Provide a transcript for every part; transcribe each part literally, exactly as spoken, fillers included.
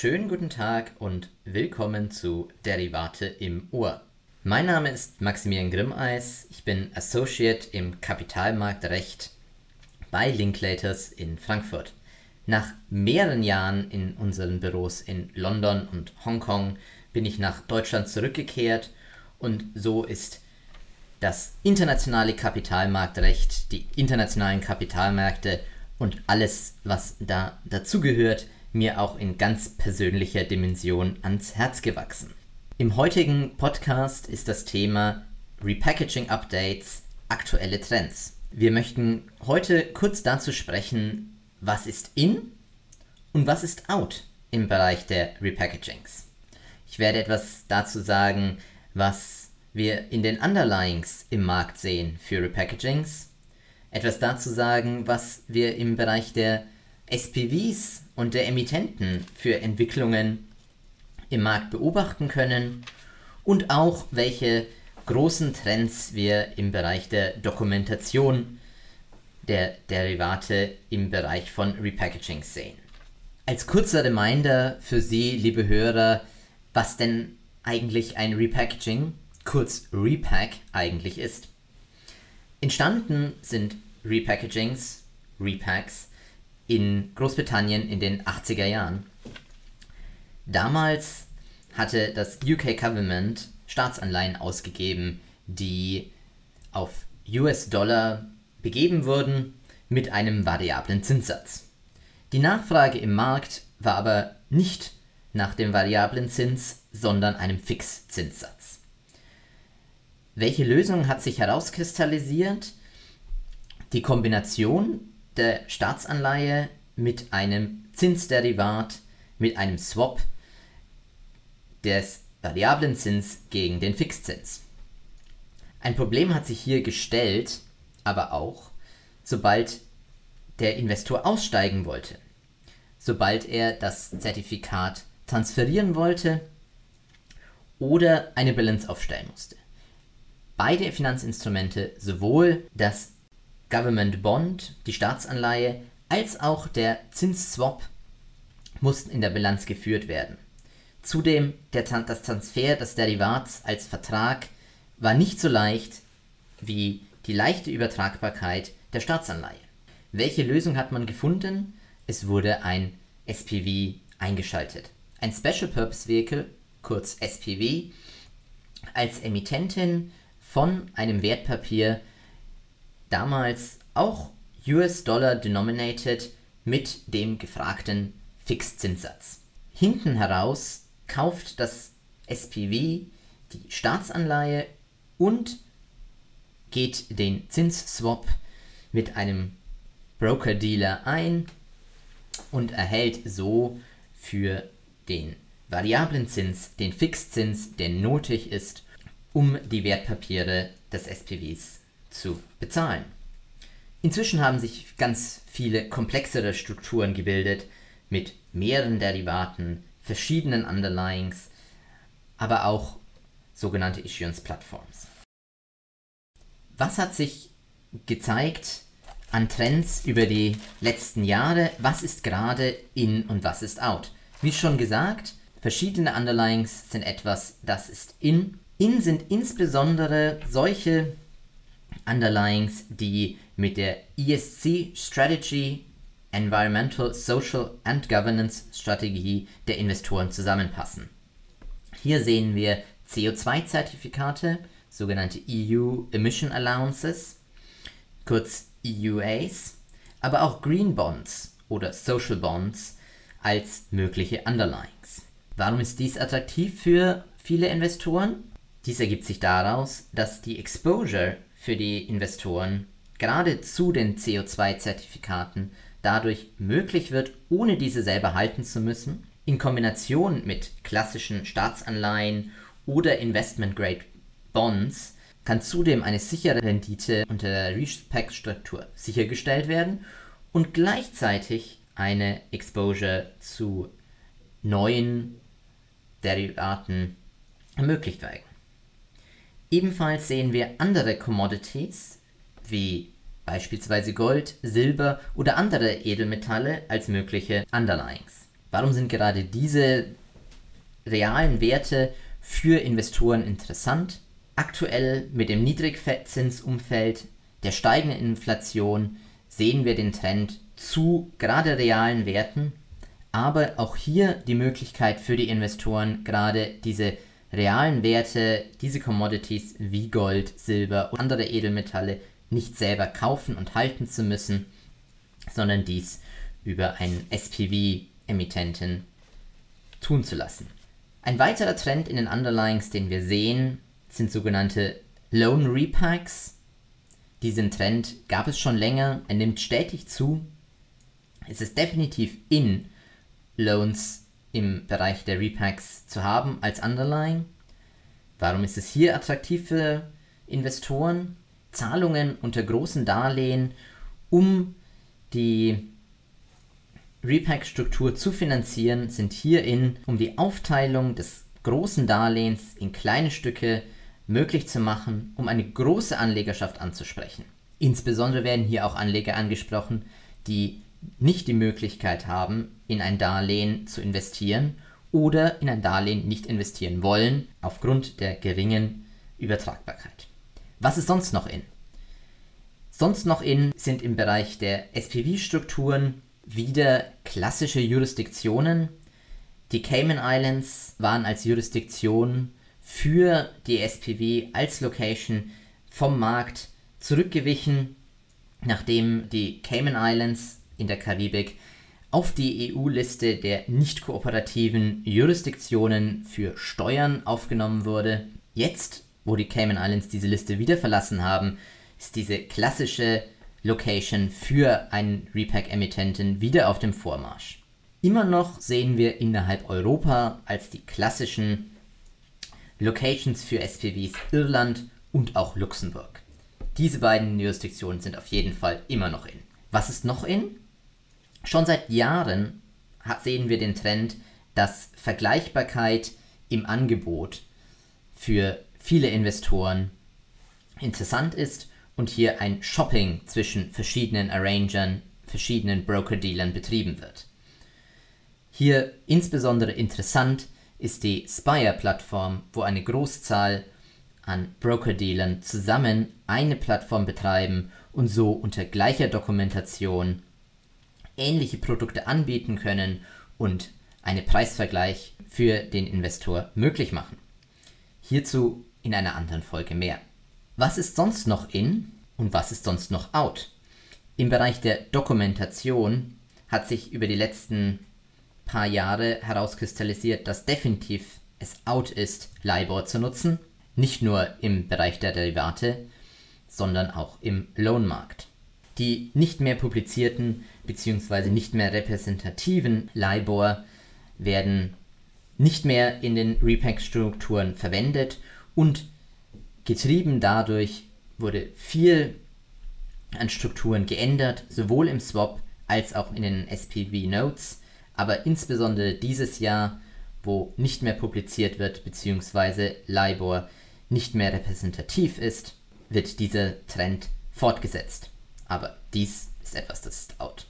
Schönen guten Tag und willkommen zu Derivate im Ohr. Mein Name ist Maximilian Grimmeis, ich bin Associate im Kapitalmarktrecht bei Linklaters in Frankfurt. Nach mehreren Jahren in unseren Büros in London und Hongkong bin ich nach Deutschland zurückgekehrt und so ist das internationale Kapitalmarktrecht, die internationalen Kapitalmärkte und alles, was da dazugehört, mir auch in ganz persönlicher Dimension ans Herz gewachsen. Im heutigen Podcast ist das Thema Repackaging Updates, aktuelle Trends. Wir möchten heute kurz dazu sprechen, was ist in und was ist out im Bereich der Repackagings. Ich werde etwas dazu sagen, was wir in den Underlyings im Markt sehen für Repackagings, etwas dazu sagen, was wir im Bereich der S P Vs und der Emittenten für Entwicklungen im Markt beobachten können und auch welche großen Trends wir im Bereich der Dokumentation der Derivate im Bereich von Repackaging sehen. Als kurzer Reminder für Sie, liebe Hörer, was denn eigentlich ein Repackaging, kurz Repack, eigentlich ist. Entstanden sind Repackagings, Repacks, in Großbritannien in den achtziger Jahren. Damals hatte das U K Government Staatsanleihen ausgegeben, die auf U S-Dollar begeben wurden mit einem variablen Zinssatz. Die Nachfrage im Markt war aber nicht nach dem variablen Zins, sondern einem Fixzinssatz. Welche Lösung hat sich herauskristallisiert? Die Kombination der Staatsanleihe mit einem Zinsderivat, mit einem Swap des variablen Zins gegen den Fixzins. Ein Problem hat sich hier gestellt, aber auch, sobald der Investor aussteigen wollte, sobald er das Zertifikat transferieren wollte oder eine Balance aufstellen musste. Beide Finanzinstrumente, sowohl das Government Bond, die Staatsanleihe, als auch der Zinsswap mussten in der Bilanz geführt werden. Zudem der, das Transfer des Derivats als Vertrag war nicht so leicht wie die leichte Übertragbarkeit der Staatsanleihe. Welche Lösung hat man gefunden? Es wurde ein S P V eingeschaltet. Ein Special Purpose Vehicle, kurz S P V, als Emittentin von einem Wertpapier, damals auch U S-Dollar denominated mit dem gefragten Fixzinssatz. Hinten heraus kauft das S P V die Staatsanleihe und geht den Zinsswap mit einem Broker-Dealer ein und erhält so für den variablen Zins den Fixzins, der nötig ist, um die Wertpapiere des S P Vs zu bezahlen. Inzwischen haben sich ganz viele komplexere Strukturen gebildet mit mehreren Derivaten, verschiedenen Underlyings, aber auch sogenannte Issuance-Plattforms. Was hat sich gezeigt an Trends über die letzten Jahre? Was ist gerade in und was ist out? Wie schon gesagt, verschiedene Underlyings sind etwas, das ist in. In sind insbesondere solche Underlyings, die mit der E S G Strategy, Environmental, Social and Governance Strategie der Investoren zusammenpassen. Hier sehen wir C O zwei Zertifikate, sogenannte E U Emission Allowances, kurz E U As, aber auch Green Bonds oder Social Bonds als mögliche Underlyings. Warum ist dies attraktiv für viele Investoren? Dies ergibt sich daraus, dass die Exposure für die Investoren gerade zu den C O zwei Zertifikaten dadurch möglich wird, ohne diese selber halten zu müssen, in Kombination mit klassischen Staatsanleihen oder Investment-Grade Bonds kann zudem eine sichere Rendite unter der Respec-Struktur sichergestellt werden und gleichzeitig eine Exposure zu neuen Derivaten ermöglicht werden. Ebenfalls sehen wir andere Commodities wie beispielsweise Gold, Silber oder andere Edelmetalle als mögliche Underlyings. Warum sind gerade diese realen Werte für Investoren interessant? Aktuell mit dem Niedrigzinsumfeld, der steigenden Inflation sehen wir den Trend zu gerade realen Werten, aber auch hier die Möglichkeit für die Investoren, gerade diese realen Werte, diese Commodities wie Gold, Silber und andere Edelmetalle nicht selber kaufen und halten zu müssen, sondern dies über einen S P V-Emittenten tun zu lassen. Ein weiterer Trend in den Underlyings, den wir sehen, sind sogenannte Loan Repacks. Diesen Trend gab es schon länger, er nimmt stetig zu. Es ist definitiv in, Loans im Bereich der Repacks zu haben als Underlying. Warum ist es hier attraktiv für Investoren? Zahlungen unter großen Darlehen, um die Repack-Struktur zu finanzieren, sind hierin, um die Aufteilung des großen Darlehens in kleine Stücke möglich zu machen, um eine große Anlegerschaft anzusprechen. Insbesondere werden hier auch Anleger angesprochen, die nicht die Möglichkeit haben, in ein Darlehen zu investieren oder in ein Darlehen nicht investieren wollen, aufgrund der geringen Übertragbarkeit. Was ist sonst noch in? Sonst noch in sind im Bereich der S P V-Strukturen wieder klassische Jurisdiktionen. Die Cayman Islands waren als Jurisdiktion für die S P V als Location vom Markt zurückgewichen, nachdem die Cayman Islands in der Karibik auf die E U-Liste der nicht kooperativen Jurisdiktionen für Steuern aufgenommen wurde. Jetzt, wo die Cayman Islands diese Liste wieder verlassen haben, ist diese klassische Location für einen Repack-Emittenten wieder auf dem Vormarsch. Immer noch sehen wir innerhalb Europa als die klassischen Locations für S P Vs Irland und auch Luxemburg. Diese beiden Jurisdiktionen sind auf jeden Fall immer noch in. Was ist noch in? Schon seit Jahren sehen wir den Trend, dass Vergleichbarkeit im Angebot für viele Investoren interessant ist und hier ein Shopping zwischen verschiedenen Arrangern, verschiedenen Broker-Dealern betrieben wird. Hier insbesondere interessant ist die Spire-Plattform, wo eine Großzahl an Broker-Dealern zusammen eine Plattform betreiben und so unter gleicher Dokumentation ähnliche Produkte anbieten können und einen Preisvergleich für den Investor möglich machen. Hierzu in einer anderen Folge mehr. Was ist sonst noch in und was ist sonst noch out? Im Bereich der Dokumentation hat sich über die letzten paar Jahre herauskristallisiert, dass definitiv es out ist, LIBOR zu nutzen. Nicht nur im Bereich der Derivate, sondern auch im Lohnmarkt. Die nicht mehr publizierten bzw. nicht mehr repräsentativen LIBOR werden nicht mehr in den Repack-Strukturen verwendet und getrieben dadurch wurde viel an Strukturen geändert, sowohl im Swap als auch in den S P V-Notes, aber insbesondere dieses Jahr, wo nicht mehr publiziert wird bzw. LIBOR nicht mehr repräsentativ ist, wird dieser Trend fortgesetzt. Aber dies ist etwas, das ist out.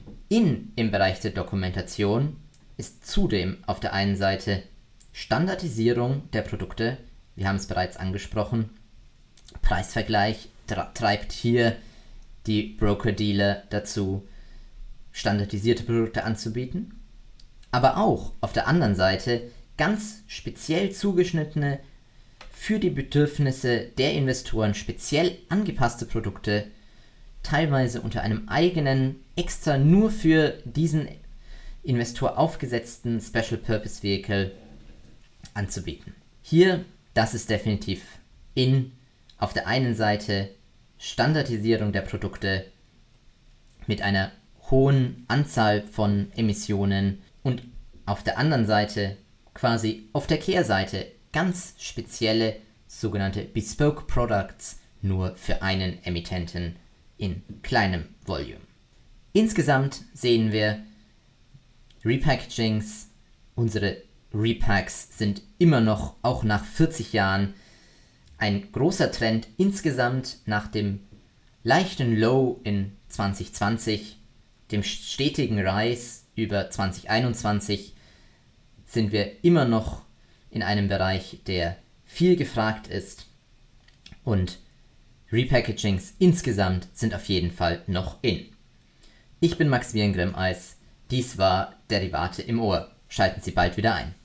In im Bereich der Dokumentation ist zudem auf der einen Seite Standardisierung der Produkte, wir haben es bereits angesprochen, Preisvergleich treibt hier die Broker-Dealer dazu, standardisierte Produkte anzubieten, aber auch auf der anderen Seite ganz speziell zugeschnittene, für die Bedürfnisse der Investoren speziell angepasste Produkte, teilweise unter einem eigenen, extra nur für diesen Investor aufgesetzten Special Purpose Vehicle anzubieten. Hier, das ist definitiv in, auf der einen Seite Standardisierung der Produkte mit einer hohen Anzahl von Emissionen und auf der anderen Seite quasi auf der Kehrseite ganz spezielle sogenannte Bespoke Products nur für einen Emittenten in kleinem Volume. Insgesamt sehen wir Repackagings, unsere Repacks sind immer noch, auch nach vierzig Jahren, ein großer Trend insgesamt nach dem leichten Low in zwanzig zwanzig, dem stetigen Rise über zwanzig einundzwanzig sind wir immer noch in einem Bereich, der viel gefragt ist, und Repackagings insgesamt sind auf jeden Fall noch in. Ich bin Maximilian Grimmeis, dies war Derivate im Ohr. Schalten Sie bald wieder ein.